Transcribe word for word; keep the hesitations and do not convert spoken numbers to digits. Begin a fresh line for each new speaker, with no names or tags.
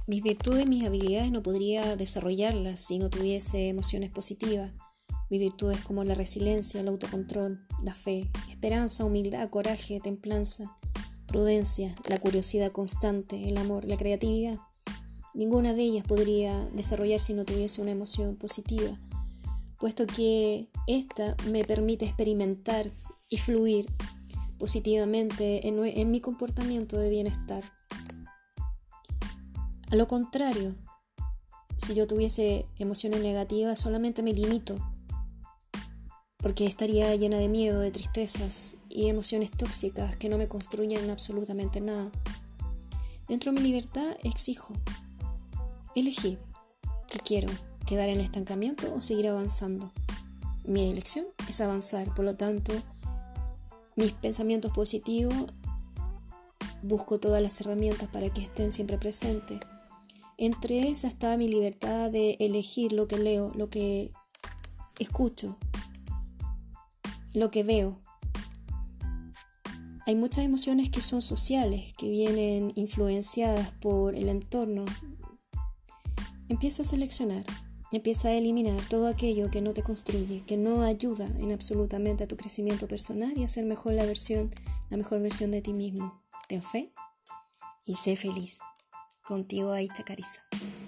Mis virtudes y mis habilidades no podría desarrollarlas si no tuviese emociones positivas. Mis virtudes como la resiliencia, el autocontrol, la fe, esperanza, humildad, coraje, templanza, prudencia, la curiosidad constante, el amor, la creatividad. Ninguna de ellas podría desarrollar si no tuviese una emoción positiva, puesto que ésta me permite experimentar y fluir positivamente en, en mi comportamiento de bienestar. A lo contrario, si yo tuviese emociones negativas, solamente me limito, porque estaría llena de miedo, de tristezas y emociones tóxicas que no me construyen absolutamente nada. Dentro de mi libertad exijo elegir qué quiero, quedar en el estancamiento o seguir avanzando. Mi elección es avanzar, por lo tanto, mis pensamientos positivos busco todas las herramientas para que estén siempre presentes. Entre esas está mi libertad de elegir lo que leo, lo que escucho, lo que veo. Hay muchas emociones que son sociales, que vienen influenciadas por el entorno. Empieza a seleccionar, empieza a eliminar todo aquello que no te construye, que no ayuda en absolutamente a tu crecimiento personal y a ser mejor la versión, la mejor versión de ti mismo. Ten fe y sé feliz. Contigo, Aisha Carissa.